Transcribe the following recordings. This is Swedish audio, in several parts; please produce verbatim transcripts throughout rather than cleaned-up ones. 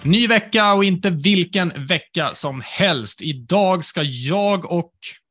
Ny vecka och inte vilken vecka som helst. Idag ska jag och...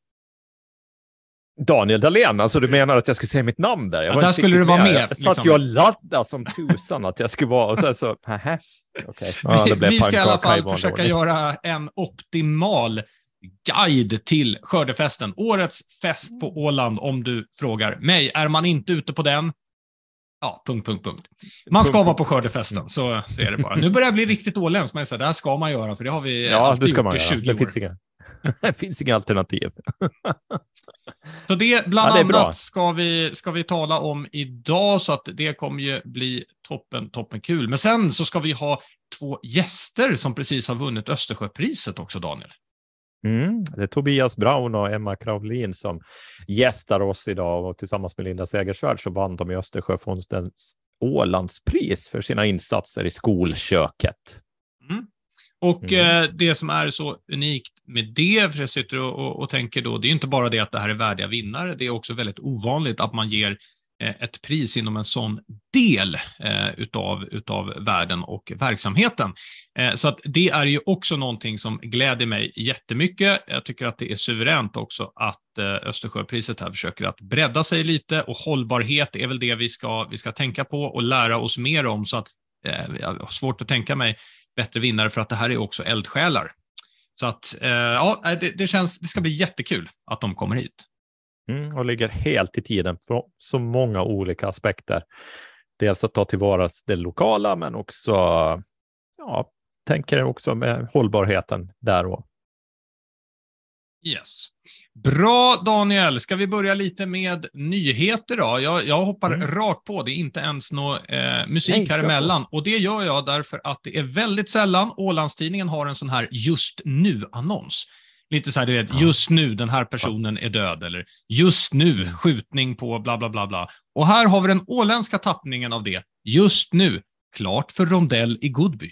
Daniel Dahlén, alltså du menar att jag skulle säga mitt namn där? Jag ja, där skulle du vara med. med jag satt ju och laddade som tusan att jag skulle vara, och så så, haha, okej. Ja, vi, vi ska i alla fall försöka ordning. göra en optimal guide till skördefesten. Årets fest på Åland, om du frågar mig. Är man inte ute på den? Ja, punkt, punkt, punkt. Man ska punkt, vara på skördefesten, så, så är det bara. Nu börjar jag bli riktigt åländsk, men så det här ska man göra, för det har vi ja, alltid det ska gjort man i tjugo det år. Finns inga, det finns inga alternativ. Så det bland ja, det annat ska vi, ska vi tala om idag, så att det kommer ju bli toppen, toppen kul. Men sen så ska vi ha två gäster som precis har vunnit Östersjöpriset också, Daniel. Mm, det är Tobias Braun och Emma Kraulin som gästar oss idag, och tillsammans med Linda Segersvärd så vann de i Östersjöfondens Ålandspris för sina insatser i skolköket. Mm. Och mm. eh, det som är så unikt med det, för jag sitter och, och, och tänker då, det är inte bara det att det här är värdiga vinnare, det är också väldigt ovanligt att man ger ett pris inom en sån del eh, utav, utav världen och verksamheten. Eh, så att det är ju också någonting som gläder mig jättemycket. Jag tycker att det är suveränt också att eh, Östersjöpriset här försöker att bredda sig lite, och hållbarhet är väl det vi ska, vi ska tänka på och lära oss mer om, så att eh, jag har svårt att tänka mig bättre vinnare, för att det här är också eldsjälar. Så att eh, ja, det, det känns, det ska bli jättekul att de kommer hit. Mm, och ligger helt i tiden från så många olika aspekter. Dels att ta tillvara det lokala, men också ja, tänker också med hållbarheten där och. Yes. Bra, Daniel. Ska vi börja lite med nyheter då? Jag, jag hoppar mm. rakt på. Det är inte ens någon eh, musik Nej, här emellan. Och det gör jag därför att det är väldigt sällan Ålandstidningen har en sån här just nu-annons. Lite så här, du vet, just nu den här personen är död, eller just nu skjutning på bla bla bla bla. Och här har vi den åländska tappningen av det. Just nu, klart för rondell i Godby.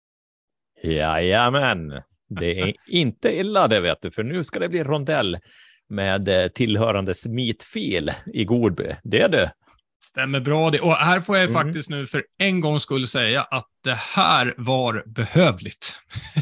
Jajamän, det är inte illa det, vet du, för nu ska det bli rondell med tillhörande smitfil i Godby. Det är det. Stämmer bra det. Och här får jag mm. faktiskt nu för en gång skulle säga att det här var behövligt.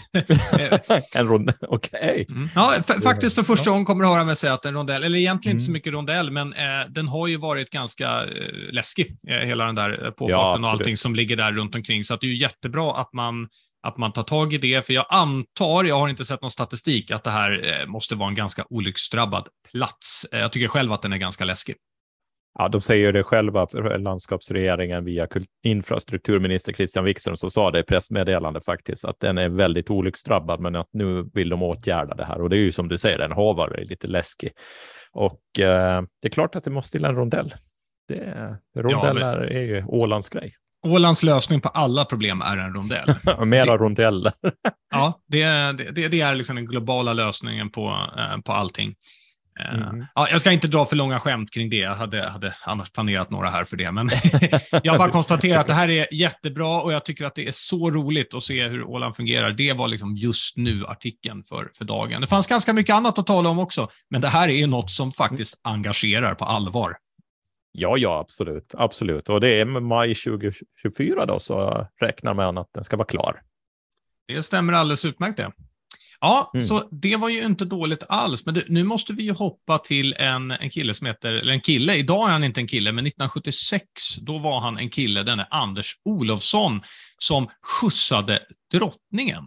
En rondell, okej. Okay. Mm. Ja, f- faktiskt för första gången kommer du höra mig säga att en rondell, eller egentligen mm. inte så mycket rondell, men eh, den har ju varit ganska eh, läskig, eh, hela den där påfarten ja, och allting som ligger där runt omkring. Så att det är ju jättebra att man, att man tar tag i det, för jag antar, jag har inte sett någon statistik, att det här eh, måste vara en ganska olycksdrabbad plats. Eh, jag tycker själv att den är ganska läskig. Ja, de säger det själva, för landskapsregeringen via infrastrukturminister Christian Wikström, så sa det i pressmeddelande faktiskt att den är väldigt olycksdrabbad, men att nu vill de åtgärda det här. Och det är ju som du säger, den havar är lite läskig. Och eh, det är klart att det måste till en rondell. Det, rondeller ja, men... är ju Ålands grej. Ålands lösning på alla problem är en rondell. Mera rondeller. Ja, det, det, det är liksom den globala lösningen på, eh, på allting. Mm. Ja, jag ska inte dra för långa skämt kring det. Jag hade, hade annars planerat några här för det. Men jag bara konstaterar att det här är jättebra, och jag tycker att det är så roligt att se hur Åland fungerar. Det var liksom just nu artikeln för, för dagen. Det fanns ganska mycket annat att tala om också, men det här är ju något som faktiskt engagerar på allvar. Ja, ja, absolut. absolut. Och det är maj tjugo tjugofyra då, så räknar man att den ska vara klar. Det stämmer alldeles utmärkt det. Ja, mm. så det var ju inte dåligt alls. Men du, nu måste vi ju hoppa till en, en kille som heter, eller en kille, idag är han inte en kille, men nittonhundrasjuttiosex, då var han en kille, denne Anders Olofsson, som skjutsade drottningen.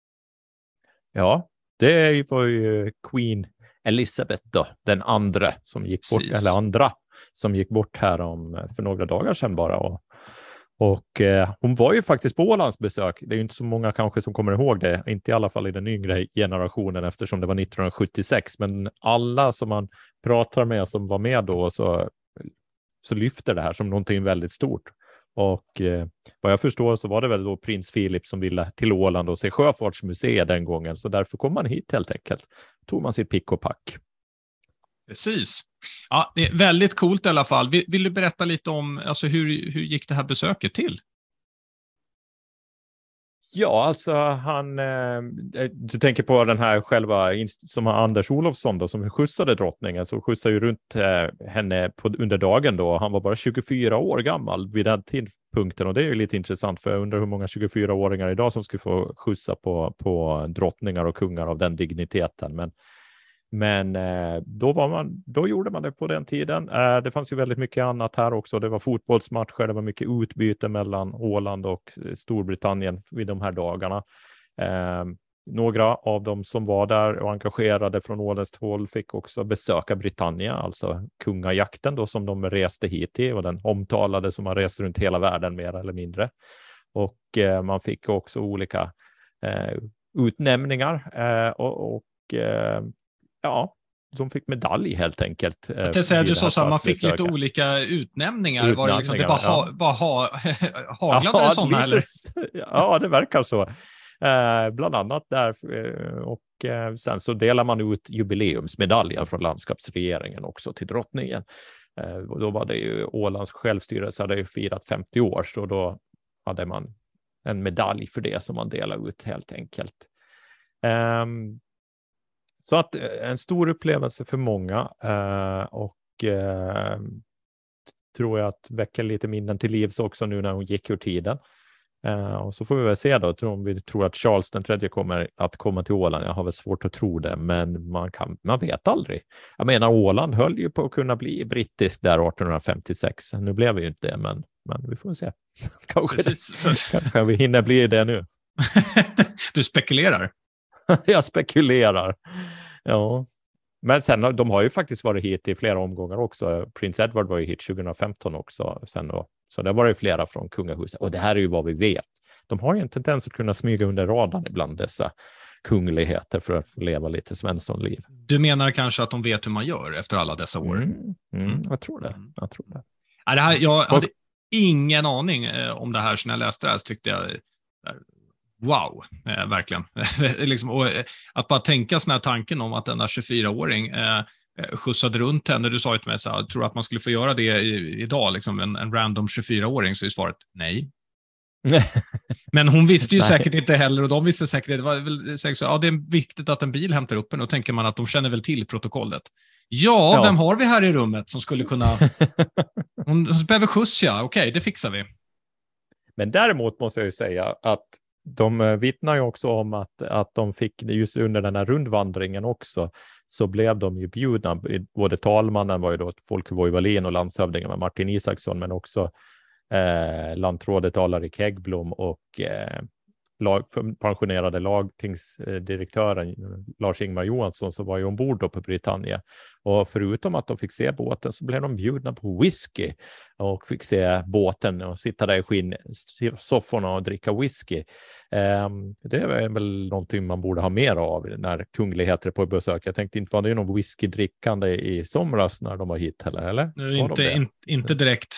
Ja, det var ju Queen Elizabeth då, den andra som gick bort, Precis. eller andra som gick bort här om, för några dagar sedan bara. Och Och eh, hon var ju faktiskt på Ålands besök. Det är ju inte så många kanske som kommer ihåg det. Inte i alla fall i den yngre generationen, eftersom det var nittonhundrasjuttiosex. Men alla som man pratar med som var med då, så, så lyfter det här som någonting väldigt stort. Och eh, vad jag förstår så var det väl då prins Philip som ville till Åland och se Sjöfartsmuseet den gången. Så därför kom man hit helt enkelt. Tog man sitt pick och pack. Precis. Ja, det är väldigt coolt i alla fall. Vill, vill du berätta lite om alltså hur, hur gick det här besöket till? Ja, alltså han, eh, du tänker på den här själva, som har Anders Olofsson då, som skjutsade drottningen, så skjutsade ju runt eh, henne på, under dagen då. Han var bara tjugofyra år gammal vid den tidpunkten, och det är ju lite intressant, för jag undrar hur många tjugofyra-åringar idag som skulle få skjutsa på, på drottningar och kungar av den digniteten. Men Men eh, då, var man, då gjorde man det på den tiden. Eh, det fanns ju väldigt mycket annat här också. Det var fotbollsmatcher, det var mycket utbyte mellan Åland och Storbritannien vid de här dagarna. Eh, några av dem som var där och engagerade från åländskt håll fick också besöka Britannia, alltså kungajakten då, som de reste hit i, och den omtalade som har rest runt hela världen mer eller mindre. Och eh, man fick också olika eh, utnämningar eh, och, och eh, ja, de fick medalj helt enkelt. Jag tänkte säga, du sa så att man fick lite olika utnämningar. utnämningar var det, liksom, det bara, ha, ja. bara ha, haglade ja, sådana? Eller? Ja, det verkar så. Eh, bland annat där. Och eh, sen så delar man ut jubileumsmedaljer från landskapsregeringen också till drottningen. Eh, och då var det ju Ålands självstyrelse hade ju firat femtio år, så då hade man en medalj för det som man delade ut helt enkelt. Eh, Så att en stor upplevelse för många eh, och eh, tror jag att väcker lite minnen till livs också nu när hon gick ur tiden. Eh, och så får vi väl se då, om vi tror att Charles den tredje kommer att komma till Åland. Jag har väl svårt att tro det, men man, kan, man vet aldrig. Jag menar, Åland höll ju på att kunna bli brittisk där arton femtiosex. Nu blev vi ju inte det, men, men vi får se. Kanske, det, kanske vi hinner bli det nu. Du spekulerar? Jag spekulerar. Ja, men sen de har ju faktiskt varit hit i flera omgångar också. Prins Edward var ju hit tjugohundrafemton också sen då. Så det var ju flera från kungahuset. Och det här är ju vad vi vet. De har ju en tendens att kunna smyga under radarn ibland, dessa kungligheter, för att få leva lite svenssonliv. Du menar kanske att de vet hur man gör efter alla dessa år? Mm, mm, mm. Jag tror det. Jag tror det. Ja, det här, jag hade ingen aning eh, om det här, så när jag läste det här så tyckte jag... Wow, eh, verkligen. liksom, och, eh, att bara tänka sån här tanken om att denna tjugofyra-åring eh, skjutsade runt henne. Du sa ju till mig så här, tror att man skulle få göra det i, idag, liksom en, en random tjugofyra-åring, så är svaret nej. Men hon visste ju säkert inte heller, och de visste säkert, det var väl säkert så, ja, det är viktigt att en bil hämtar upp en, och tänker man att de känner väl till protokollet. Ja, ja. Vem har vi här i rummet som skulle kunna... Hon behöver skjuts, ja. Okej, det fixar vi. Men däremot måste jag ju säga att de vittnar ju också om att, att de fick, just under den här rundvandringen också, så blev de ju bjudna. Både talmannen var ju då Folke Voivalin och landshövdingen var Martin Isaksson, men också eh, lantrådet Alarik Häggblom och eh, lag, pensionerade lagtingsdirektören Lars-Ingmar Johansson, som var ju ombord då på Britannia. Och förutom att de fick se båten så blev de bjudna på whisky och fick se båten och sitta där i skinnsofforna och dricka whisky. Um, det är väl någonting man borde ha mer av när kungligheter är på besök. Jag tänkte inte, var det någon whiskydrickande i somras när de var hit heller, eller? Nu, inte, in, inte direkt.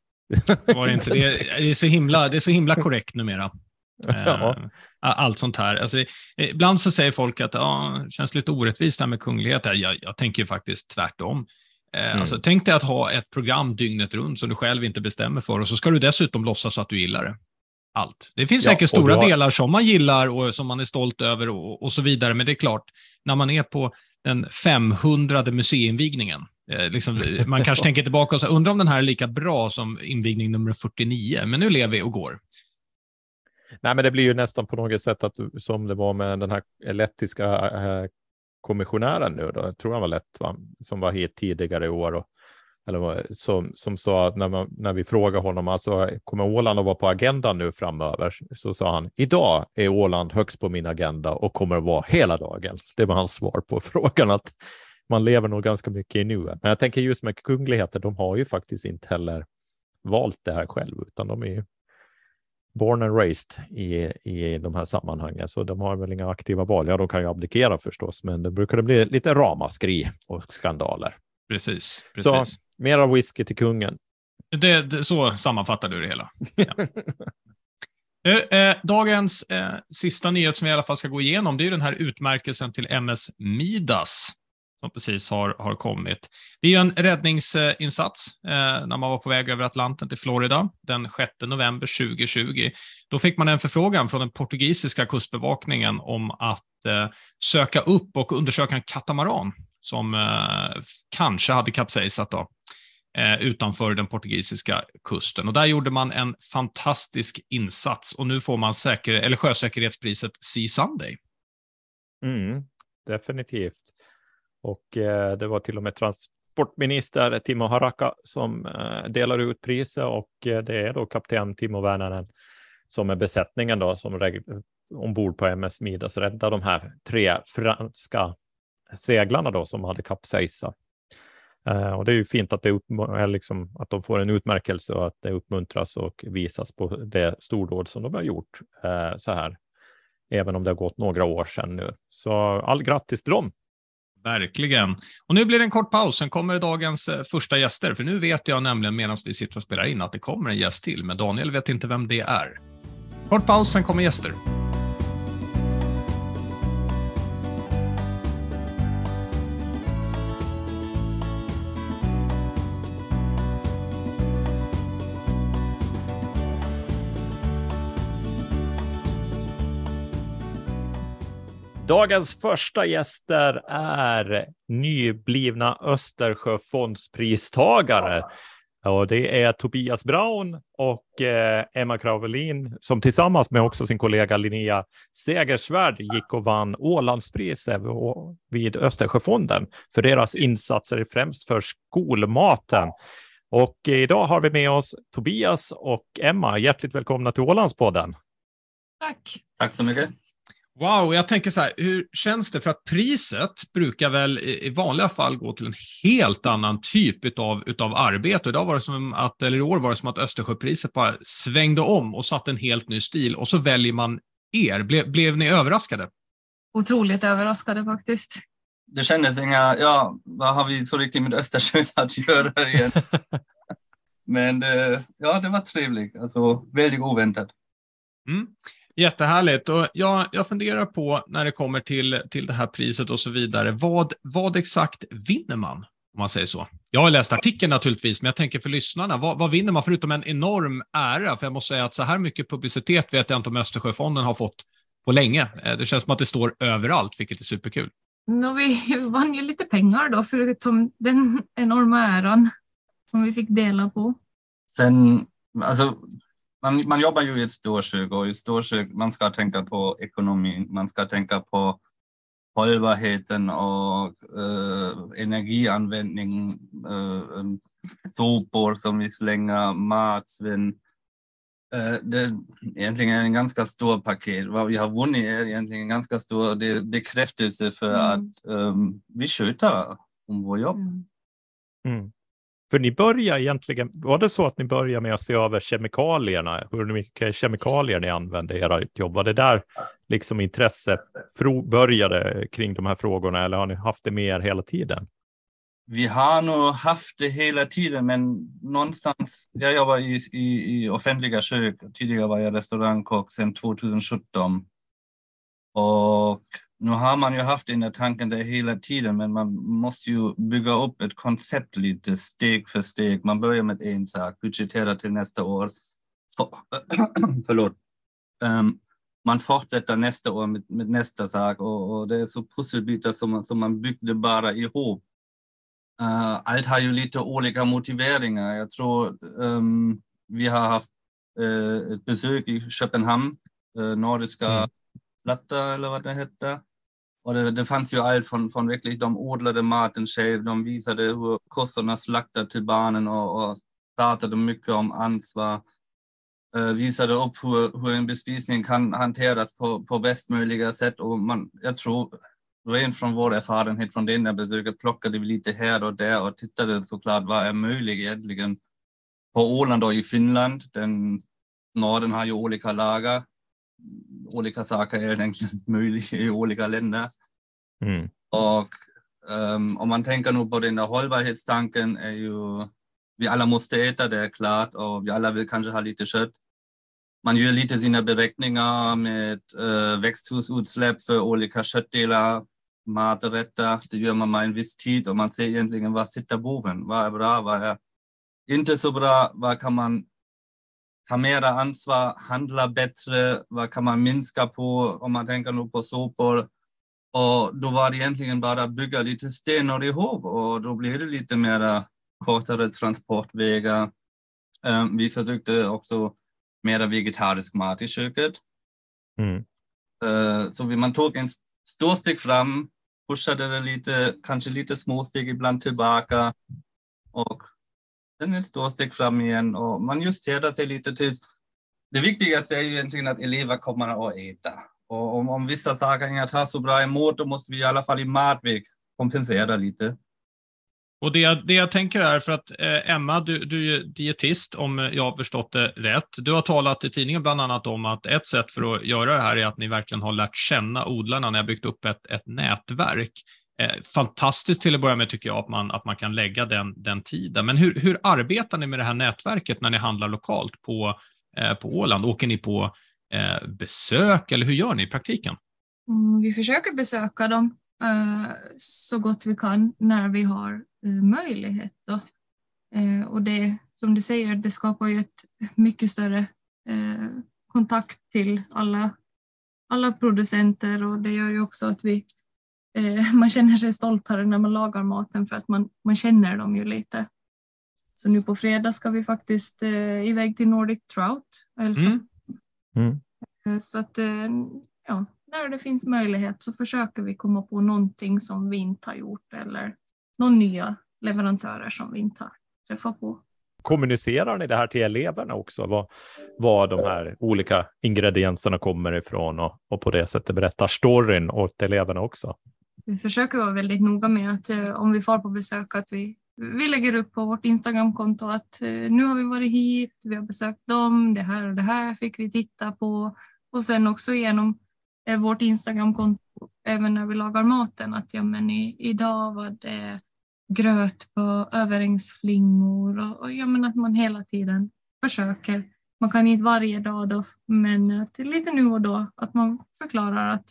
Var det, inte. Det, är, det, är så himla, det är så himla korrekt numera. Ja. Allt sånt här. Alltså, ibland så säger folk att ja, det känns lite orättvist där med kunglighet. Jag, jag tänker faktiskt tvärtom. Mm. Alltså, tänk dig att ha ett program dygnet runt som du själv inte bestämmer för, och så ska du dessutom låtsas att du gillar det. Allt. Det finns ja, säkert stora har... delar som man gillar och som man är stolt över och, och så vidare, men det är klart, när man är på den femhundrade museiinvigningen, eh, liksom, man kanske tänker tillbaka och så, undrar om den här är lika bra som invigning nummer fyrtionio, men nu lever vi och går. Nej, men det blir ju nästan på något sätt att, som det var med den här lettiska eh, kommissionären nu då, jag tror han var lätt, va? Som var hit tidigare i år, och, eller som, som sa att när, man, när vi frågade honom, alltså, kommer Åland att vara på agendan nu framöver, så sa han, idag är Åland högst på min agenda och kommer att vara hela dagen. Det var hans svar på frågan, att man lever nog ganska mycket i nuet. Men jag tänker just med kungligheter, de har ju faktiskt inte heller valt det här själv, utan de är ju born and raised i, i de här sammanhangen, så de har väl inga aktiva val. Ja, de kan ju abdikera förstås, men det brukar det bli lite ramaskri och skandaler. Precis, precis. Så mera whisky till kungen. Det, det, så sammanfattar du det hela. Ja. eh, dagens eh, sista nyhet som vi i alla fall ska gå igenom, det är ju den här utmärkelsen till M S Midas som precis har, har kommit. Det är ju en räddningsinsats eh, när man var på väg över Atlanten till Florida den sjätte november tjugohundratjugo. Då fick man en förfrågan från den portugisiska kustbevakningen om att eh, söka upp och undersöka en katamaran som eh, kanske hade kapsejsat då, eh, utanför den portugisiska kusten. Och där gjorde man en fantastisk insats och nu får man säker, eller sjösäkerhetspriset Sea Sunday. Mm, definitivt. Och eh, det var till och med transportminister Timo Haraka som eh, delar ut priset och eh, det är då kapten Timo Väänänen som är besättningen då som reg- ombord på M S Midas rädda de här tre franska seglarna då som hade kapsejsat. Eh, och det är ju fint att, det upp- liksom, att de får en utmärkelse och att det uppmuntras och visas på det stordåd som de har gjort eh, så här. Även om det har gått några år sedan nu. Så all grattis till dem. Verkligen. Och nu blir det en kort paus. Sen kommer dagens eh, första gäster. För nu vet jag nämligen medan vi sitter och spelar in att det kommer en gäst till. Men Daniel vet inte vem det är. Kort paus, sen kommer gäster. Dagens första gäster är nyblivna Östersjöfondspristagare. Och det är Tobias Braun och eh, Emma Kravelin som tillsammans med också sin kollega Linnea Segersvärd gick och vann Ålandspriset vid Östersjöfonden för deras insatser främst för skolmaten. Och idag har vi med oss Tobias och Emma. Hjärtligt välkomna till Ålandspodden. Tack. Tack så mycket. Wow, jag tänker så här, hur känns det? För att priset brukar väl i vanliga fall gå till en helt annan typ utav, utav arbete. Idag var det som att, eller i år var det som att Östersjöpriset bara svängde om och satte en helt ny stil. Och så väljer man er. Ble, blev ni överraskade? Otroligt överraskade faktiskt. Det kändes inga, ja, vad har vi så riktigt med Östersjön att göra igen? Men det, ja, det var trevligt. Alltså, väldigt oväntat. Mm. Jättehärligt. Och jag, jag funderar på när det kommer till, till det här priset och så vidare. Vad, vad exakt vinner man, om man säger så? Jag har läst artikeln naturligtvis, men jag tänker för lyssnarna. Vad, vad vinner man förutom en enorm ära? För jag måste säga att så här mycket publicitet vet jag inte om Östersjöfonden har fått på länge. Det känns som att det står överallt, vilket är superkul. No, vi vann ju lite pengar då, förutom den enorma äran som vi fick dela på. Sen, alltså... Man, man jobbar ju i ett storkök och i ett storkök man ska tänka på ekonomin, man ska tänka på hållbarheten och äh, energianvändning, äh, sopor som vi slänger, matsvinn. Äh, det är egentligen en ganska stor paket. Vad vi har vunnit är egentligen en ganska stor bekräftelse för mm. att äh, vi sköter om vår jobb. Mm. Mm. För ni börjar egentligen, var det så att ni började med att se över kemikalierna? Hur mycket kemikalier ni använde i era jobb? Var det där liksom intresse började kring de här frågorna eller har ni haft det med er hela tiden? Vi har nog haft det hela tiden men någonstans, jag jobbar i, i, i offentliga kök. Tidigare var jag restaurangkock sedan tjugohundrasjutton. Och nu har man ju haft den här tanken där hela tiden men man måste ju bygga upp ett koncept lite steg för steg. Man börjar med en sak, budgetera till nästa år. Förlåt. Um, man fortsätter nästa år med, med nästa sak och, och det är så pusselbitar som man, som man byggde bara ihop. Uh, allt har ju lite olika motiveringar. Jag tror um, vi har haft uh, ett besök i Köpenhamn, uh, nordiska mm. Platta eller vad det hette. Och det, det fanns ju allt från, från verkligen de odlade maten själv. De visade hur kossorna slaktar till barnen och, och pratade mycket om ansvar. Uh, visade upp hur, hur en bespisning kan hanteras på, på bäst möjliga sätt. Och man, jag tror, rent från vår erfarenhet från det här besöket plockade vi lite här och där och tittade såklart vad är möjligt egentligen på Åland och i Finland. Den Norden har ju olika lagar. Olika saker är egentligen möjliga i olika länder. Mm. Och um, om man tänker nu på den där hållbarhetstanken är ju, vi alla måste äta, det är klart, och vi alla vill kanske ha lite kött. Man gör lite sina beräkningar med uh, växthusutsläpp för olika köttdelar. maträtter. Det gör man med en viss tid och man ser egentligen vad sitter boven. Vad är bra, vad är inte så bra, vad kan man ta mera ansvar, handla bättre, vad kan man minska på om man tänker nu på sopor. Och då var det egentligen bara att bygga lite stenar ihop och då blir det lite mera kortare transportvägar. Um, vi försökte också mera vegetarisk mat i köket. Mm. Uh, så man tog en stor steg fram, pushade det lite, kanske lite små steg ibland tillbaka och sen ett stort steg fram igen och man justerar sig lite tills det viktigaste är ju egentligen att elever kommer att äta. Och om, om vissa saker inte tar så bra emot, då måste vi i alla fall i matväg kompensera lite. Och det, det jag tänker är för att eh, Emma, du, du är dietist om jag har förstått det rätt. Du har talat i tidningen bland annat om att ett sätt för att göra det här är att ni verkligen har lärt känna odlarna. Ni har byggt upp ett, ett nätverk. Eh, fantastiskt till att börja med tycker jag att man, att man kan lägga den, den tiden. Men hur, hur arbetar ni med det här nätverket när ni handlar lokalt på, eh, på Åland? Åker ni på eh, besök eller hur gör ni i praktiken? Mm, vi försöker besöka dem eh, så gott vi kan när vi har eh, möjlighet. Då. Eh, och det, som du säger, det skapar ju ett mycket större eh, kontakt till alla, alla producenter och det gör ju också att vi Eh, man känner sig stoltare när man lagar maten för att man, man känner dem ju lite. Så nu på fredag ska vi faktiskt eh, iväg till Nordic Trout. Alltså. Mm. Mm. Eh, så att eh, ja, när det finns möjlighet så försöker vi komma på någonting som vi inte har gjort eller någon nya leverantörer som vi inte har träffat på. Kommunicerar ni det här till eleverna också? Vad, vad de här olika ingredienserna kommer ifrån och, och på det sättet berättar storyn åt eleverna också? Vi försöker vara väldigt noga med att eh, om vi får på besök att vi, vi lägger upp på vårt Instagramkonto att eh, nu har vi varit hit, vi har besökt dem, det här och det här fick vi titta på. Och sen också genom eh, vårt Instagramkonto även när vi lagar maten att ja men i, idag var det gröt på överängsflingor och, och ja men att man hela tiden försöker. Man kan inte varje dag då men att lite nu och då att man förklarar att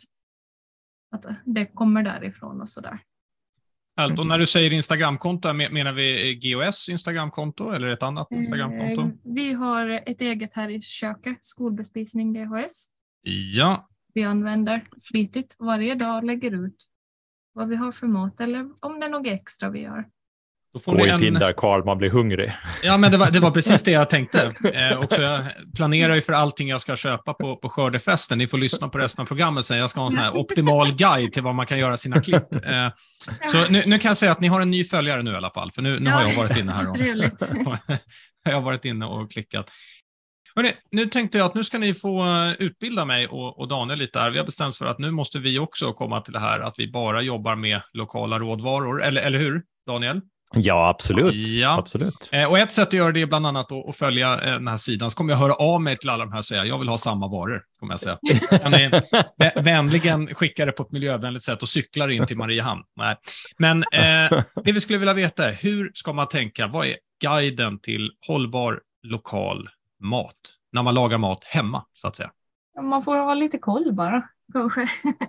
att det kommer därifrån och sådär. Allt, och när du säger Instagramkonto, menar vi G O S Instagramkonto eller ett annat Instagramkonto? Eh, vi har ett eget här i köket, skolbespisning D H S. Ja. Vi använder flitigt varje dag, lägger ut vad vi har för mat eller om det är något extra vi gör. Då får Gå ni inte en... in där Carl, man blir hungrig. Ja, men det var, det var precis det jag tänkte. Eh, också jag planerar ju för allting jag ska köpa på, på skördefesten. Ni får lyssna på resten av programmet sen. Jag ska ha en sån här optimal guide till vad man kan göra sina klipp. Eh, så nu, nu kan jag säga att ni har en ny följare nu i alla fall. För nu, nu ja, har jag varit inne här och, trevligt. jag har varit inne och klickat. Hörrni, nu tänkte jag att nu ska ni få utbilda mig och, och Daniel lite här. Vi har bestämt för att nu måste vi också komma till det här att vi bara jobbar med lokala rådvaror. Eller, eller hur, Daniel? Ja, absolut. Ja. absolut. Eh, och ett sätt att göra det är bland annat att, att följa eh, den här sidan. Så kommer jag höra av mig till alla de här och säga jag vill ha samma varor, kommer jag säga. Kan ni vä- vänligen skicka det på ett miljövänligt sätt och cyklar in till Mariehamn? Nej. Men eh, det vi skulle vilja veta är hur ska man tänka? Vad är guiden till hållbar lokal mat? När man lagar mat hemma, så att säga. Man får ha lite koll bara, kanske.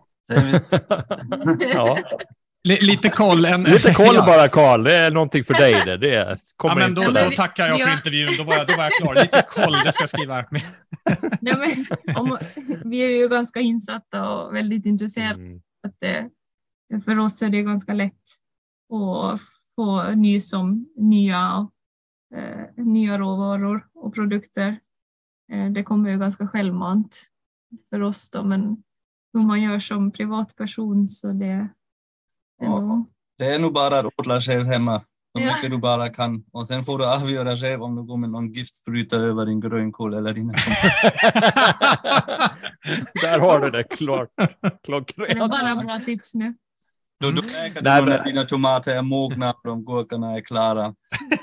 ja. L- lite koll. En... Lite koll bara, Carl. Det är någonting för dig. Det, det är... ja, men då, då, då tackar jag för ja. intervjun. Då var, jag, då var jag klar. Lite koll, det ska jag skriva här med. Nej, men, om, vi är ju ganska insatta och väldigt intresserade. Mm. Att det, för oss är det ganska lätt att få nys om nya, eh, nya råvaror och produkter. Eh, det kommer ju ganska självmant för oss då, men hur man gör som privatperson så det Ja, det är nog bara att odla själv hemma. Så ja. mycket du bara kan. Och sen får du avgöra själv om du går med någon giftspruta över din grönkål eller dina Där har du det klart. Klockrent. Det är bara bra tips nu. Då, då märker du mm. när dina tomater är mogna och de gurkorna är klara.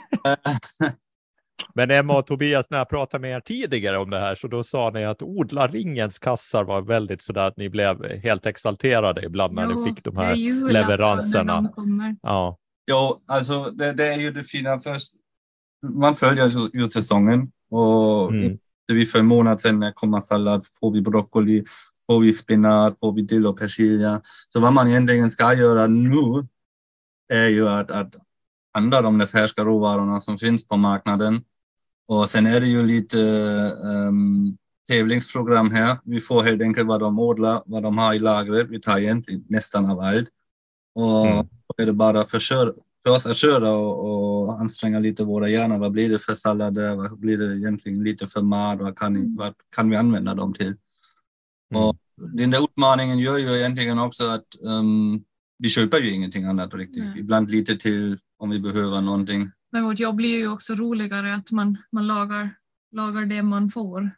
Men Emma och Tobias, när jag pratade med er tidigare om det här så då sa ni att odlarringens kassar var väldigt sådär att ni blev helt exalterade ibland när jo, ni fick de här leveranserna. De ja. Jo, alltså det, det är ju det fina först. Man följer ju säsongen och mm. vi för en månad sedan när kommer sallad får vi broccoli får vi spinat, får vi dill och persilja. Så vad man egentligen ska göra nu är ju att, att använda de där färska råvarorna som finns på marknaden. Och sen är det ju lite um, tävlingsprogram här. Vi får helt enkelt vad de odlar, vad de har i lagret. Vi tar egentligen nästan av allt. Och mm. då är det bara för, kör, för oss att köra och, och anstränga lite våra hjärnor. Vad blir det för sallader? Vad blir det egentligen lite för mat? Vad kan, vad kan vi använda dem till? Mm. Och den där utmaningen gör ju egentligen också att um, vi köper ju ingenting annat riktigt. Mm. Ibland lite till om vi behöver någonting. Men vårt jobb blir ju också roligare att man, man lagar, lagar det man får.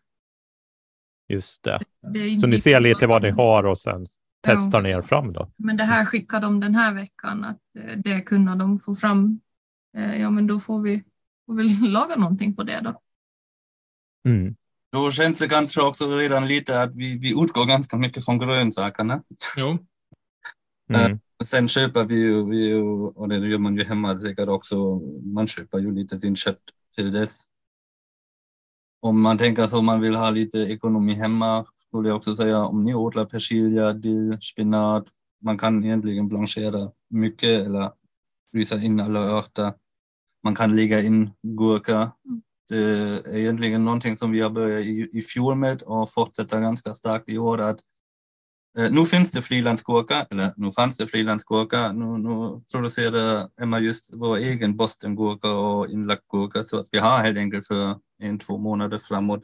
Just det. det så ni ser lite vad ni har och sen testar ja. ni er fram då? Men det här skickar de den här veckan, att det kunna de få fram. Ja, men då får vi, får vi laga någonting på det då. Mm. Då känns det kanske också redan lite att vi, vi utgår ganska mycket från grönsakerna. Jo. Mm. Sen köper vi ju, vi ju, och det gör man ju hemma säkert också, man köper ju lite vinkött till dess. Om man tänker så, man vill ha lite ekonomi hemma, skulle jag också säga, om ni odlar persilja, dill, spinat, man kan egentligen blanchera mycket eller frysa in alla örter. Man kan lägga in gurka. Det är egentligen någonting som vi har börjat i, i fjol med och fortsätter ganska starkt i år. Att, eh, nu finns det frilandsgurka, eller nu fanns det frilandsgurka. Nu, nu producerar Emma just vår egen bostongurka och inlagt gurka, så att vi har helt enkelt för en, två månader framåt.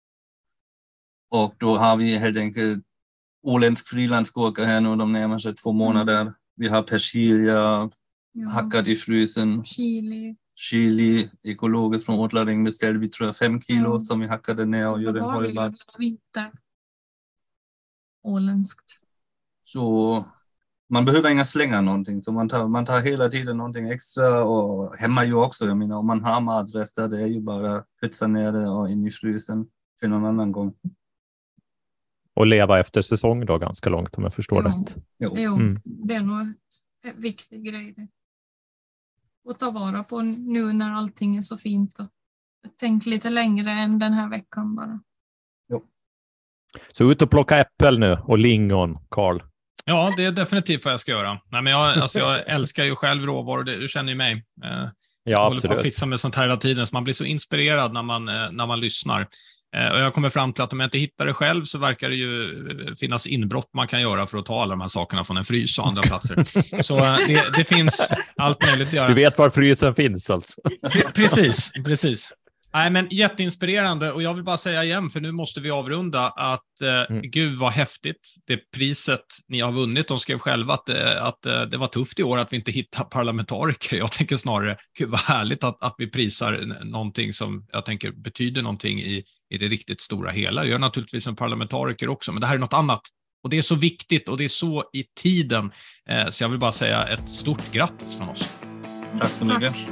Och då har vi helt enkelt åländsk frilandsgurka här nu de närmaste två månader. Mm. Vi har persilja, ja. hackat i frysen. Chili. Chili, ekologiskt från odling beställde vi tror jag fem kilo ja. som vi hackade ner och gjorde en hållbar. Vinter. Åländskt. Så man behöver inga slänga någonting, så man tar, man tar hela tiden någonting extra, och hemma ju också, jag menar om man har matrester, det är ju bara pytsa ner det och in i frysen till någon annan gång. Och leva efter säsong då ganska långt, om jag förstår jo. rätt. Jo, jo. Mm. Det är nog en viktig grej det. Och ta vara på nu när allting är så fint, och tänk lite längre än den här veckan bara. Jo. Så ut och plocka äppel nu och lingon, Carl. Ja, det är definitivt vad jag ska göra. Nej, men jag, alltså, jag älskar ju själv råvaror, du känner ju mig. Eh, jag håller på att fixa med sånt här hela tiden, så man blir så inspirerad när man, eh, när man lyssnar. Eh, och jag kommer fram till att om jag inte hittar det själv så verkar det ju finnas inbrott man kan göra för att ta alla de här sakerna från en frys och andra platser. Så eh, det, det finns allt möjligt att göra. Du vet var frysen finns alltså. Precis, precis. Nej, men jätteinspirerande, och jag vill bara säga igen, för nu måste vi avrunda, att eh, mm. gud vad häftigt det priset ni har vunnit. De skrev själva att, eh, att eh, det var tufft i år att vi inte hittar parlamentariker. Jag tänker snarare, gud vad härligt att, att vi prisar någonting som jag tänker betyder någonting i, i det riktigt stora hela. Det gör naturligtvis en parlamentariker också, men det här är något annat. Och det är så viktigt och det är så i tiden. Eh, så jag vill bara säga ett stort grattis från oss. Tack så mycket. Tack.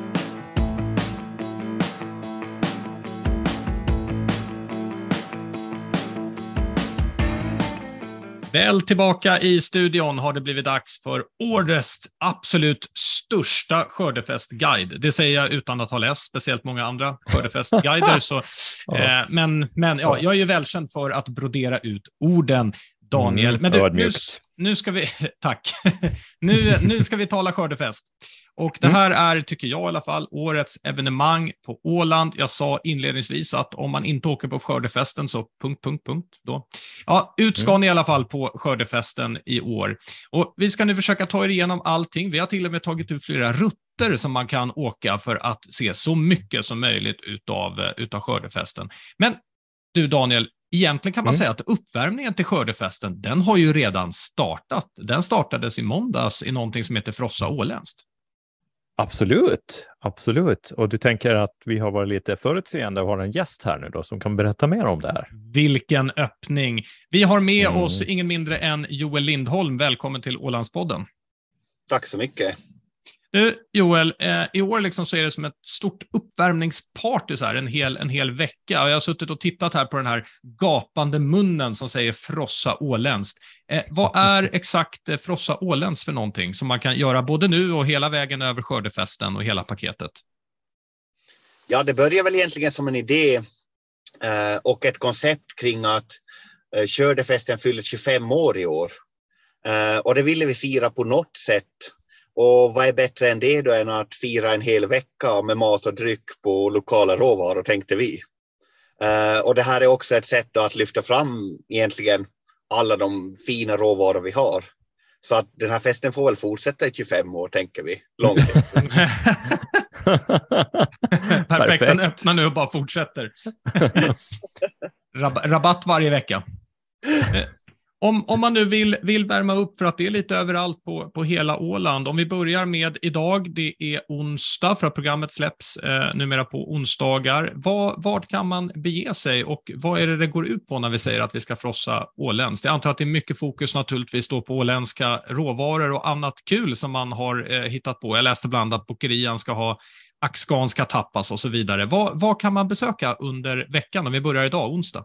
Väl tillbaka i studion har det blivit dags för årets absolut största skördefestguide. Det säger jag utan att ha läst speciellt många andra skördefestguider. så, eh, men men ja, jag är ju välkänd för att brodera ut orden, Daniel. Mm, men du, nu, nu ska vi... Tack. nu, nu ska vi tala skördefest. Och det här är, tycker jag i alla fall, årets evenemang på Åland. Jag sa inledningsvis att om man inte åker på skördefesten så punkt, punkt, punkt. Då. Ja, ut ska mm. ni i alla fall på skördefesten i år. Och vi ska nu försöka ta er igenom allting. Vi har till och med tagit ut flera rutter som man kan åka för att se så mycket som möjligt utav, utav skördefesten. Men du Daniel, egentligen kan man mm. säga att uppvärmningen till skördefesten, den har ju redan startat. Den startades i måndags i någonting som heter Frossa Åländskt. Absolut, absolut. Och du tänker att vi har varit lite förutseende och har en gäst här nu då som kan berätta mer om det här. Vilken öppning. Vi har med mm. oss ingen mindre än Joel Lindholm. Välkommen till Ålandspodden. Tack så mycket. Du, Joel, eh, i år liksom så är det som ett stort uppvärmningsparty så här, en hel, en hel vecka. Jag har suttit och tittat här på den här gapande munnen som säger Frossa Åländskt. Eh, vad är exakt eh, Frossa Åländskt för någonting som man kan göra både nu och hela vägen över skördefesten och hela paketet? Ja, det börjar väl egentligen som en idé eh, och ett koncept kring att eh, Skördefesten fyller tjugofem år i år. Eh, och det ville vi fira på något sätt. Och vad är bättre än det då än att fira en hel vecka med mat och dryck på lokala råvaror, tänkte vi. Uh, och det här är också ett sätt då att lyfta fram egentligen alla de fina råvaror vi har. Så att den här festen får väl fortsätta i tjugofem år, tänker vi. Långsiktigt. Perfekt, den öppnar nu och bara fortsätter. Rab- rabatt varje vecka. Om, om man nu vill, vill värma upp, för att det är lite överallt på, på hela Åland. Om vi börjar med idag, det är onsdag, för att programmet släpps eh, numera på onsdagar. Var, vart kan man bege sig och vad är det det går ut på när vi säger att vi ska frossa åländskt? Jag antar att det är mycket fokus naturligtvis då på åländska råvaror och annat kul som man har eh, hittat på. Jag läste bland annat att bokerian ska ha axkanska tapas och så vidare. Vad, vad kan man besöka under veckan om vi börjar idag, onsdag?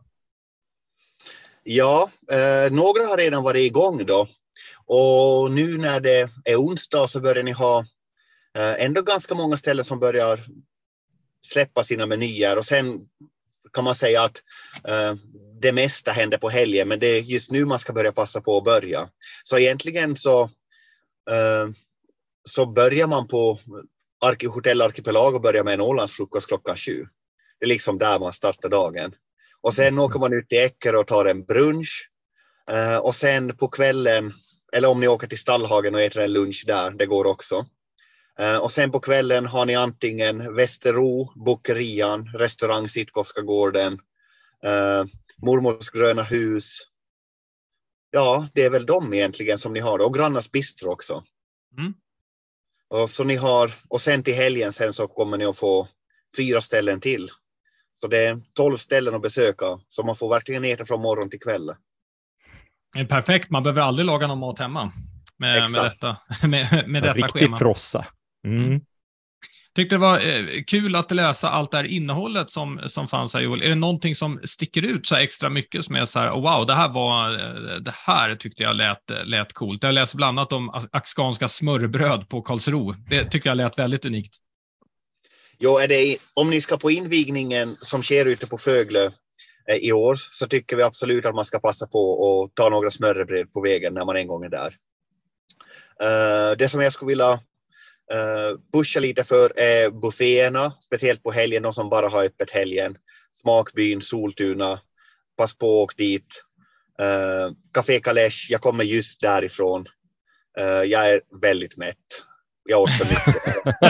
Ja, eh, några har redan varit igång då. Och nu när det är onsdag så börjar ni ha eh, ändå ganska många ställen som börjar släppa sina menyer. Och sen kan man säga att eh, det mesta händer på helgen, men det är just nu man ska börja passa på att börja. Så egentligen så, eh, så börjar man på Ark- Hotell Arkipelag och börjar med en Ålandsfrukost klockan sju. Det är liksom där man startar dagen. Och sen åker man ut till Eckerö och tar en brunch. Uh, och sen på kvällen, eller om ni åker till Stallhagen och äter en lunch där, det går också. Uh, och sen på kvällen har ni antingen Västerro, Bokerian, restaurang Sitkowska gården, uh, Mormors gröna hus. Ja, det är väl de egentligen som ni har. Och Grannars bistro också. Mm. Och, så ni har, och sen till helgen sen så kommer ni att få fyra ställen till. Så det är tolv ställen att besöka. Så man får verkligen äta från morgon till kväll. Det är perfekt. Man behöver aldrig laga någon mat hemma med, med detta, med, med detta riktig schema. frossa. Mm. Mm. Tyckte det var eh, kul att läsa allt det här innehållet som, som fanns här, Joel. Är det någonting som sticker ut så extra mycket som är så här, oh, wow, det här var, det här tyckte jag lät, lät coolt. Jag läste bland annat om axkanska smörbröd på Karlsro. Det tycker jag lät väldigt unikt. Jo, är det, om ni ska på invigningen som sker ute på Föglö eh, i år, så tycker vi absolut att man ska passa på att ta några smörrebröd på vägen när man en gång är där. Uh, det som jag skulle vilja uh, pusha lite för är bufféerna, speciellt på helgen, de som bara har öppet helgen. Smakbyn, Soltuna, pass på och åk dit. Uh, Café Kalesh, jag kommer just därifrån. Uh, jag är väldigt mätt. Jag orkar mycket.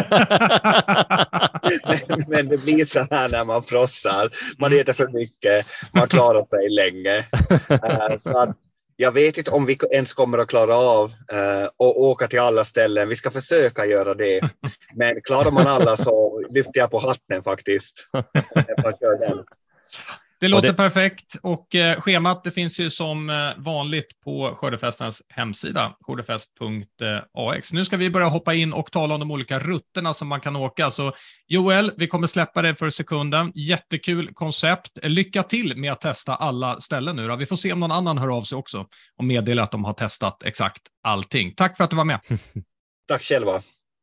men, men det blir så här när man frossar. Man äter för mycket. Man klarar sig länge. Uh, så att jag vet inte om vi ens kommer att klara av uh, att åka till alla ställen. Vi ska försöka göra det. Men klarar man alla så lyfter jag på hatten faktiskt. Jag kör den. Det låter det... perfekt, och eh, schemat det finns ju som eh, vanligt på Skördefestens hemsida, skördefest punkt a x. Nu ska vi börja hoppa in och tala om de olika rutterna som man kan åka. Så Joel, vi kommer släppa det för sekunden. Jättekul koncept. Lycka till med att testa alla ställen nu då. Vi får se om någon annan hör av sig också och meddelar att de har testat exakt allting. Tack för att du var med. Tack själva.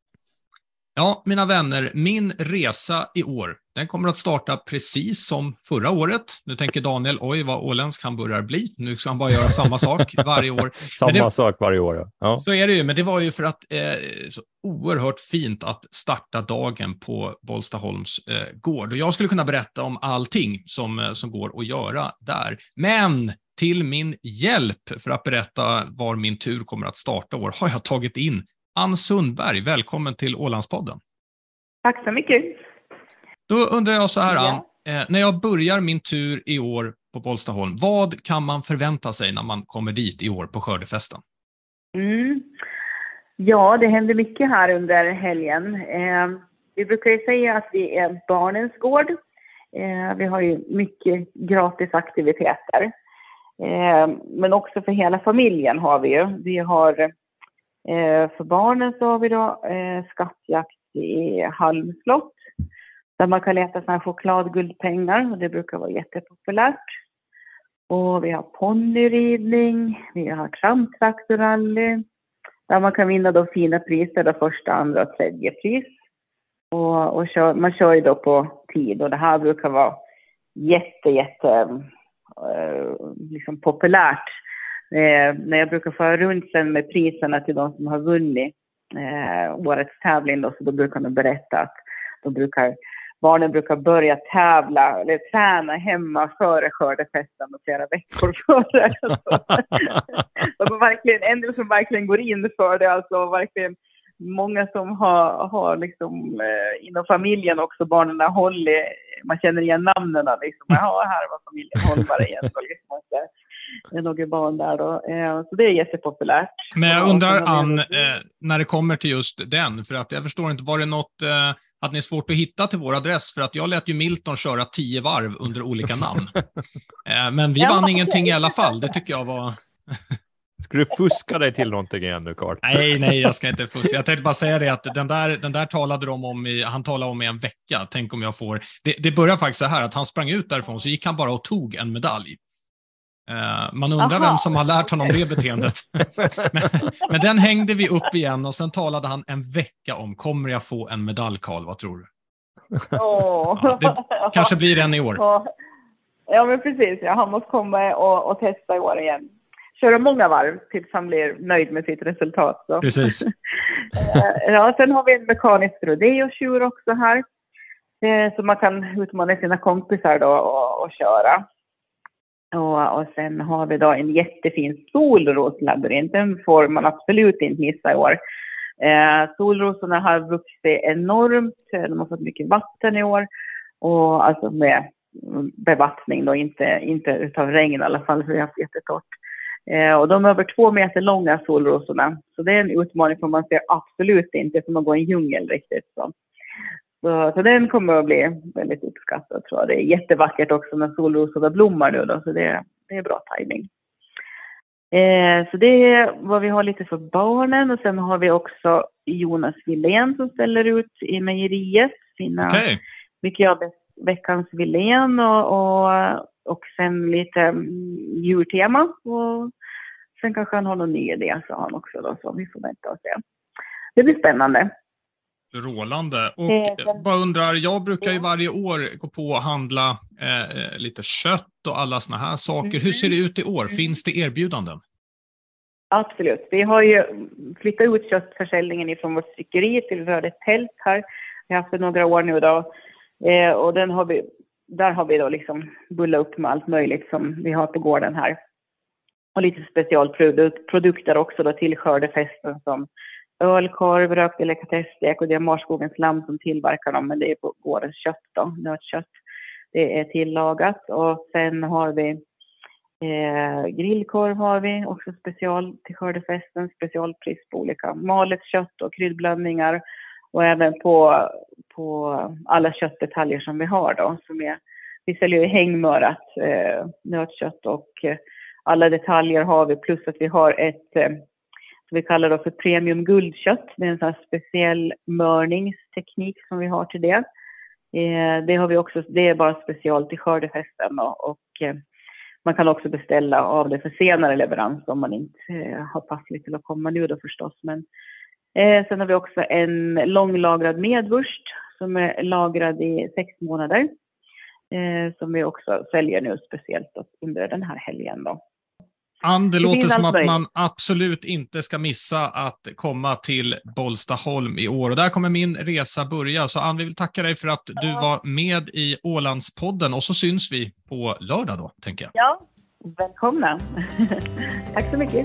Ja, mina vänner, min resa i år, den kommer att starta precis som förra året. Nu tänker Daniel, oj vad åländsk han börjar bli. Nu ska han bara göra samma sak varje år. Samma det, sak varje år, ja. Så är det ju, men det var ju för att eh, så oerhört fint att starta dagen på Bollstaholms eh, gård. Och jag skulle kunna berätta om allting som, eh, som går att göra där. Men till min hjälp för att berätta var min tur kommer att starta år har jag tagit in Ann Sundberg. Välkommen till Ålandspodden. Tack så mycket. Då undrar jag så här, ja. Ann, eh, när jag börjar min tur i år på Bollstaholm, vad kan man förvänta sig när man kommer dit i år på skördefesten? Mm. Ja, det händer mycket här under helgen. Eh, vi brukar ju säga att vi är barnens gård. Eh, vi har ju mycket gratis aktiviteter. Eh, men också för hela familjen har vi ju. Vi har Eh, för barnen så har vi då eh, skattjakt i Halmslott där man kan leta såna här chokladguldpengar, och det brukar vara jättepopulärt. Och vi har ponnyridning, vi har tramtraktorrally där man kan vinna då fina priser, då första, andra och tredje pris. Och, och kör, man kör ju då på tid, och det här brukar vara jätte, jätte eh, liksom populärt. Eh, när jag brukar föra runt sen med priserna till de som har vunnit eh, årets tävling då, så då brukar de berätta att de brukar, barnen brukar börja tävla eller träna hemma före skördefesten och flera veckor före. De är verkligen, en del som verkligen går in för det, alltså verkligen många som har, har liksom eh, inom familjen också barnen har hållit, man känner igen namnen liksom, ja här var familjen hållbara igen och liksom att det är några barn där då. Eh, så det är jättepopulärt. Men jag undrar Ann, eh, när det kommer till just den, för att jag förstår inte, var det något eh, att ni är svårt att hitta till vår adress, för att jag lät ju Milton köra tio varv under olika namn. eh, men vi vann ja, ingenting i alla fall, det tycker jag var... Ska du fuska dig till någonting igen nu, Carl? Nej, nej, jag ska inte fuska. Jag tänkte bara säga det att den där, den där talade de om i, han talade om i en vecka. Tänk om jag får... Det, det börjar faktiskt så här att han sprang ut därifrån så gick han bara och tog en medalj. Uh, man undrar Aha. vem som har lärt honom det beteendet. men, men den hängde vi upp igen och sen talade han en vecka om, kommer jag få en medalj, Carl? Vad tror du? Oh. Ja, det kanske blir en i år. Ja, men precis. Ja, han måste komma och, och testa i år igen. Köra många varv tills han blir nöjd med sitt resultat. Så. Precis. Ja, sen har vi en mekanisk rodeo-tjur också här. Så man kan utmana sina kompisar då och, och köra. Och, och sen har vi då en jättefin solroslabyrint. Den får man absolut inte missa i år. Eh, solrosorna har vuxit enormt. De har fått mycket vatten i år. Och alltså med bevattning då, inte, inte utav regn i alla fall, för vi har haft jättetorrt. Eh, och de är över två meter långa, solrosorna. Så det är en utmaning, för man ser absolut inte som att gå i en djungel riktigt. Så. Så, så den kommer att bli väldigt uppskattad, tror jag. Det är jättevackert också när solrosorna blommar nu då, så det, det är bra timing. Eh, så det är vad vi har lite för barnen. Och sen har vi också Jonas Wilén som ställer ut i mejeriet. Sina, okay. mycket av veckans Wilén och, och, och sen lite djurtema. Och sen kanske han har någon ny idé, så han också då, så vi får vänta och se. Det blir spännande. Strålande. Och eh, bara undrar, jag brukar ju varje år gå på och handla eh, lite kött och alla såna här saker. Mm. Hur ser det ut i år? Finns det erbjudanden? Absolut. Vi har ju flyttat ut köttförsäljningen ifrån vårt styckeri till vi har ett tält här. Vi har haft det några år nu då. Eh, och den har vi, där har vi då liksom bullat upp med allt möjligt som vi har på gården här. Och lite specialprodukter också då till skördefesten som ölkorv, rökt delikatessstek och det är Marskogens lamm som tillverkar dem, men det är på gårdens kött då, nötkött. Det är tillagat och sen har vi eh, grillkorv har vi också special till skördefesten, specialpris på olika malet kött och kryddblandningar och även på, på alla köttdetaljer som vi har då. Som är, vi säljer ju hängmörat eh, nötkött och eh, alla detaljer har vi, plus att vi har ett eh, vi kallar det för premium guldkött. Det är en sån här speciell mörningsteknik som vi har till det. Eh, det har vi också, det är bara speciellt till skördefesten och, och eh, man kan också beställa av det för senare leverans om man inte eh, har passligt till att komma nu då förstås. Men eh, sen har vi också en långlagrad medvurst som är lagrad i sex månader. Eh, som vi också säljer nu speciellt under den här helgen då. Ann, det, det låter som att man absolut inte ska missa att komma till Bollstaholm i år. Och där kommer min resa börja. Så Ann, vi vill tacka dig för att du var med i Ålandspodden. Och så syns vi på lördag då, tänker jag. Ja, välkomna. Tack så mycket.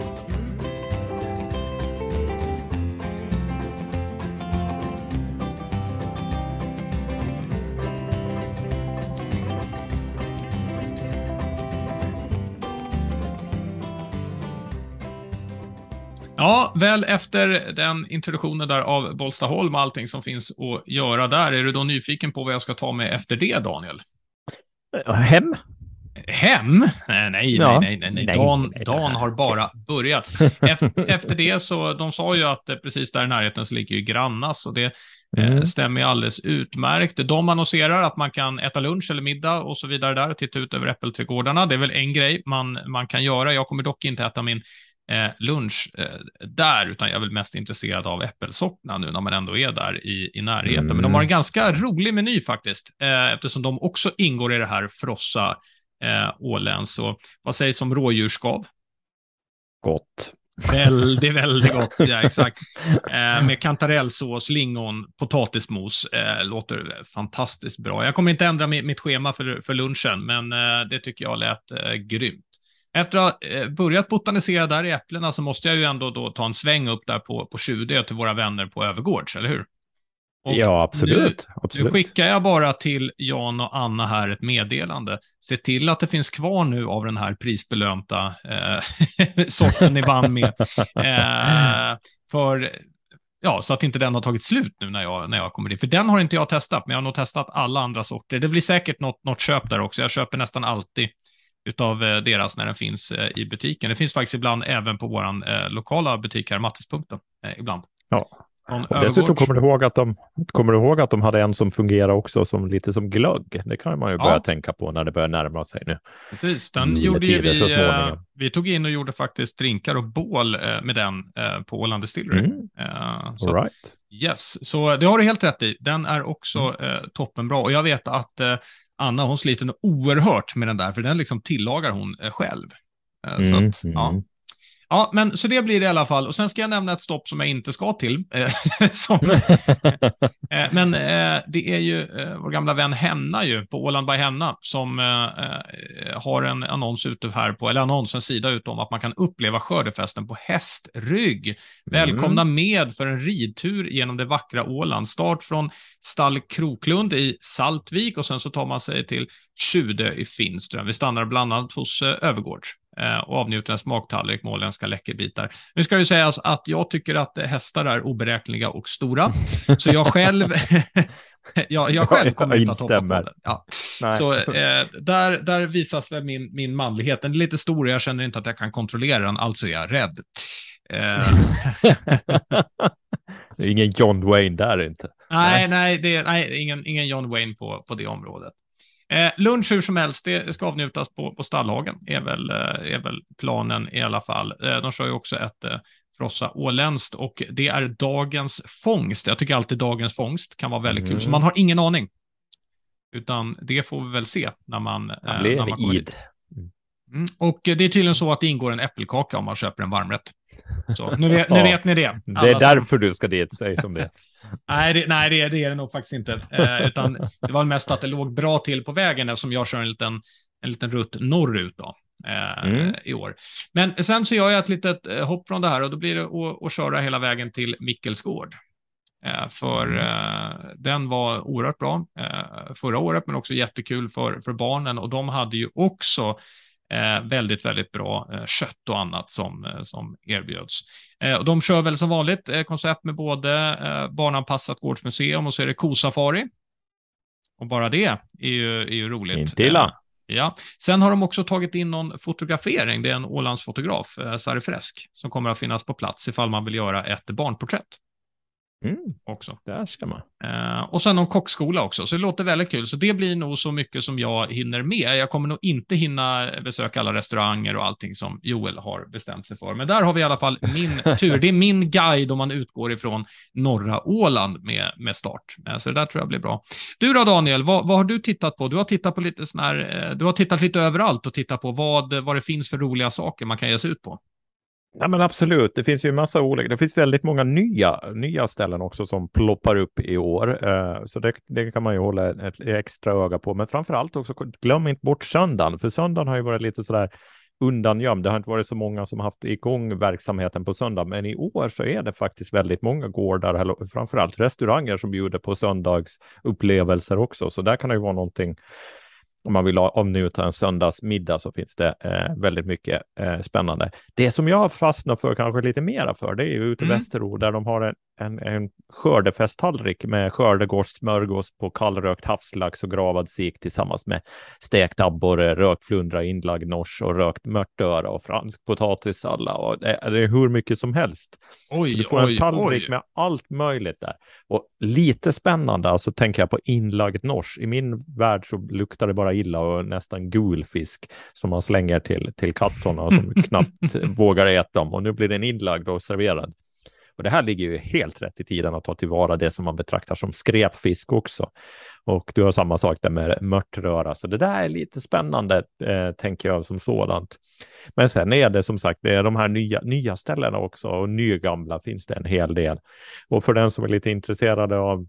Ja, väl efter den introduktionen där av Bollstaholm och allting som finns att göra där, är du då nyfiken på vad jag ska ta med efter det, Daniel? Hem? Hem? Nej, nej, ja. nej, nej, nej. Dan, Dan har bara börjat. Efter, efter det så, de sa ju att precis där i närheten så ligger ju Grannas och det mm. eh, stämmer ju alldeles utmärkt. De annonserar att man kan äta lunch eller middag och så vidare där och titta ut över äppelträdgårdarna. Det är väl en grej man, man kan göra. Jag kommer dock inte äta min Eh, lunch eh, där, utan jag är väl mest intresserad av äppelsorterna nu när man ändå är där i, i närheten. Mm. Men de har en ganska rolig meny faktiskt, eh, eftersom de också ingår i det här Frossa eh, åländsk. Så vad sägs om rådjursskav? Gott. Väldigt, väldigt gott. Ja, exakt. Eh, med kantarellsås, lingon, potatismos. Eh, låter fantastiskt bra. Jag kommer inte ändra mitt schema för, för lunchen, men eh, det tycker jag lät eh, grymt. Efter att ha eh, börjat botanisera där i äpplena så måste jag ju ändå då ta en sväng upp där på, på Tjudö till våra vänner på Övergårds, eller hur? Och ja, absolut. Nu, absolut. nu skickar jag bara till Jan och Anna här ett meddelande. Se till att det finns kvar nu av den här prisbelönta eh, sorten ni vann med. Eh, för, ja, så att inte den har tagit slut nu när jag, när jag kommer in. För den har inte jag testat, men jag har nog testat alla andra sorter. Det blir säkert något, något köp där också. Jag köper nästan alltid utav eh, deras när den finns eh, i butiken. Det finns faktiskt ibland även på våran eh, lokala butik här, Mattispunkten, eh, ibland. Ja. Och dessutom kommer du, ihåg att de, kommer du ihåg att de hade en som fungerar också som lite som glögg. Det kan man ju börja ja. tänka på när det börjar närma sig nu. Precis, den gjorde vi, eh, vi tog in och gjorde faktiskt drinkar och bål eh, med den eh, på Åland Distillery. Mm. Eh, så, All right. Yes, så det har du helt rätt i. Den är också mm. eh, toppenbra. Och jag vet att eh, Anna, hon sliter nog oerhört med den där, för den liksom tillagar hon eh, själv. Eh, mm. Så att, mm. ja. Ja, men så det blir det i alla fall. Och sen ska jag nämna ett stopp som jag inte ska till. som, men det är ju vår gamla vän Henna ju, på Åland by Henna, som har en annons ute här på, eller annons, en sida ut om att man kan uppleva skördefesten på hästrygg. Välkomna mm. med för en ridtur genom det vackra Åland. Start från Stall Kroklund i Saltvik och sen så tar man sig till Tjudö i Finström. Vi stannar bland annat hos Övergårds och avnjuter en smaktallrik med åländska läckerbitar. Nu ska det sägas att jag tycker att hästar är oberäkneliga och stora. Så jag själv jag, jag själv kommer inte att hoppa på det. Ja. Så eh, där, där visas väl min, min manlighet. Den är lite stor och jag känner inte att jag kan kontrollera den, alltså är jag rädd. Eh. Det är ingen John Wayne där inte. Nej, nej, det är, nej ingen, ingen John Wayne på, på det området. Eh, lunch hur som helst, det ska avnjutas på, på Stallhagen, är väl, är väl planen i alla fall. Eh, de kör ju också ett eh, frossa åländskt och det är dagens fångst. Jag tycker alltid dagens fångst kan vara väldigt mm. kul, så man har ingen aning. Utan det får vi väl se när man, eh, när man kommer dit. Mm. Och det är tydligen så att det ingår en äppelkaka om man köper en varmrätt. Så, nu, vet, nu vet ni det. Alla det är därför som... du ska dit, säg som det. Nej, det, nej det, det är det nog faktiskt inte. Eh, utan det var mest att det låg bra till på vägen eftersom jag kör en liten, en liten rutt norrut då, eh, mm. i år. Men sen så gör jag ett litet eh, hopp från det här och då blir det att, att köra hela vägen till Mickelsgård. Eh, för eh, den var oerhört bra eh, förra året, men också jättekul för, för barnen. Och de hade ju också Eh, väldigt, väldigt bra eh, kött och annat som, eh, som erbjöds. Eh, och de kör väl som vanligt eh, koncept med både eh, barnanpassat gårdsmuseum och så är det kosafari. Och bara det är ju, är ju roligt. Inte illa. Eh, ja. Sen har de också tagit in någon fotografering. Det är en Ålandsfotograf, eh, Sari Fresk, som kommer att finnas på plats ifall man vill göra ett barnporträtt. Mm. Också. Där ska man. Uh, och sen någon kockskola också, så det låter väldigt kul. Så det blir nog så mycket som jag hinner med. Jag kommer nog inte hinna besöka alla restauranger och allting som Joel har bestämt sig för. Men där har vi i alla fall min tur. Det är min guide om man utgår ifrån norra Åland med, med start. Uh, så det där tror jag blir bra. Du då Daniel, vad, vad har du tittat på? Du har tittat på lite sån här, uh, du har tittat lite överallt och tittat på vad, vad det finns för roliga saker man kan ge sig ut på. Ja, men absolut. Det finns ju en massa olika. Det finns väldigt många nya, nya ställen också som ploppar upp i år. Uh, så det, det kan man ju hålla ett extra öga på. Men framförallt också, glöm inte bort söndagen. För söndagen har ju varit lite sådär undangömd. Det har inte varit så många som haft igång verksamheten på söndag. Men i år så är det faktiskt väldigt många gårdar, eller framförallt restauranger som bjuder på söndagsupplevelser också. Så där kan det ju vara någonting. Om man vill avnjuta en söndagsmiddag så finns det eh, väldigt mycket eh, spännande. Det som jag har fastnat för kanske lite mera för, det är ju ute i mm. Västerort där de har en, en, en skördefesttallrik med skördegårdssmörgås på kallrökt havslax och gravad sik tillsammans med stekt abborre, rökt flundra, inlagd nors och rökt mörtöra och fransk potatissallad. Och det, det är hur mycket som helst. Oj, du får oj, en tallrik oj. med allt möjligt där. Och lite spännande, alltså tänker jag på inlagd nors. I min värld så luktar det bara illa och nästan gul fisk som man slänger till, till katterna och som knappt vågar äta dem. Och nu blir den inlagd och serverad. Och det här ligger ju helt rätt i tiden att ta tillvara det som man betraktar som skräpfisk också. Och du har samma sak där med mörtröra. Så det där är lite spännande, eh, tänker jag som sådant. Men sen är det som sagt, det är de här nya, nya ställena också. Och nya gamla finns det en hel del. Och för den som är lite intresserade av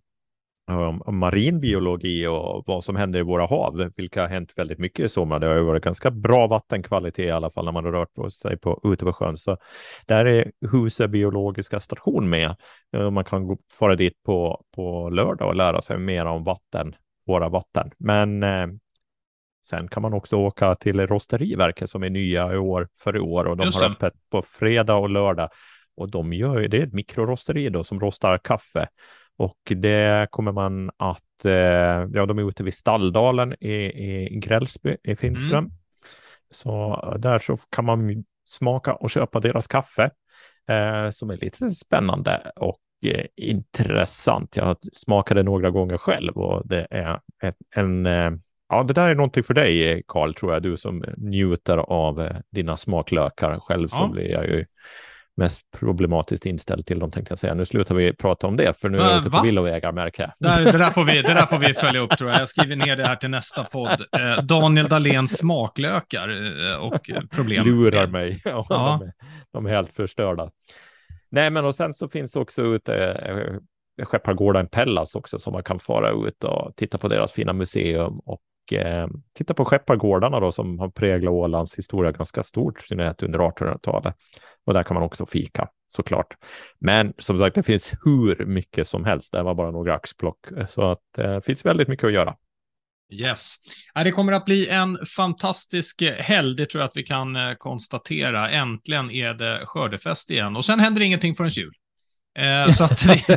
om marinbiologi och vad som händer i våra hav, vilka har hänt väldigt mycket i sommar. Det har ju varit ganska bra vattenkvalitet i alla fall när man har rört på sig på, ute på sjön. Så där är Husö biologiska station med. Man kan gå, fara dit på, på lördag och lära sig mer om vatten, våra vatten. Men eh, sen kan man också åka till Rosteriverket som är nya i år för i år och de har öppet på fredag och lördag. Och de gör ju, det är ett mikrorosteri då som rostar kaffe. Och det kommer man att, eh, ja de är ute vid Stalldalen i, i Grälsby i Finström. Mm. Så där så kan man smaka och köpa deras kaffe eh, som är lite spännande och eh, intressant. Jag smakade några gånger själv och det är ett, en, eh, ja det där är någonting för dig Carl, tror jag, du som njuter av eh, dina smaklökar. Själv så ja. blir jag ju mest problematiskt inställd till dem, tänkte jag säga. Nu slutar vi prata om det, för nu är jag ute på villovägar, märker jag. Där, det, där får vi, det där får vi följa upp, tror jag. Jag skriver ner det här till nästa podd. Eh, Daniel Dahléns smaklökar eh, och problem. Lurar mig. Ja, ja. De, är, de är helt förstörda. Nej, men och sen så finns det också ute eh, Skeppargården Pellas också, som man kan fara ut och titta på deras fina museum och eh, titta på skeppargårdarna då, som har präglat Ålands historia ganska stort under artonhundratalet. Och där kan man också fika, såklart. Men som sagt, det finns hur mycket som helst. Det var bara några axplock. Så att det eh, finns väldigt mycket att göra. Yes. Det kommer att bli en fantastisk helg, det tror jag att vi kan konstatera. Äntligen är det skördefest igen. Och sen händer ingenting förrän jul. Eh, så att vi,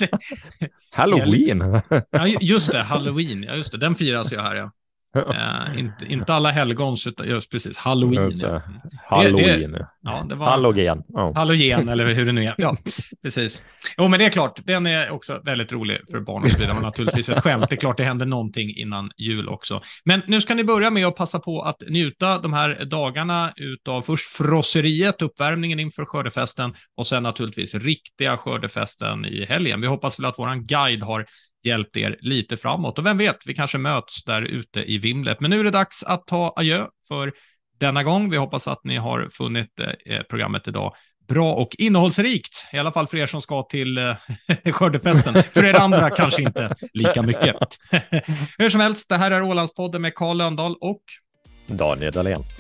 Halloween. Ja, just det, Halloween. Ja, just det. Den firas ju här, ja. Uh, inte, inte alla helgons, utan just precis Halloween. Just det. Halloween. Det, det, ja, det var Halogen. Oh. Halogen, eller hur det nu är. Ja, precis. Jo, men det är klart, den är också väldigt rolig för barn och så vidare. Men naturligtvis ett skämt. Det är klart det händer någonting innan jul också. Men nu ska ni börja med att passa på att njuta de här dagarna utav först frosseriet, uppvärmningen inför skördefesten och sen naturligtvis riktiga skördefesten i helgen. Vi hoppas väl att våran guide har hjälpt er lite framåt. Och vem vet, vi kanske möts där ute i vimlet. Men nu är det dags att ta adjö för denna gång. Vi hoppas att ni har funnit eh, programmet idag bra och innehållsrikt. I alla fall för er som ska till eh, skördefesten. För er andra kanske inte lika mycket. Hur som helst, det här är Ålandspodden med Carl Lönndahl och Daniel Dahlén.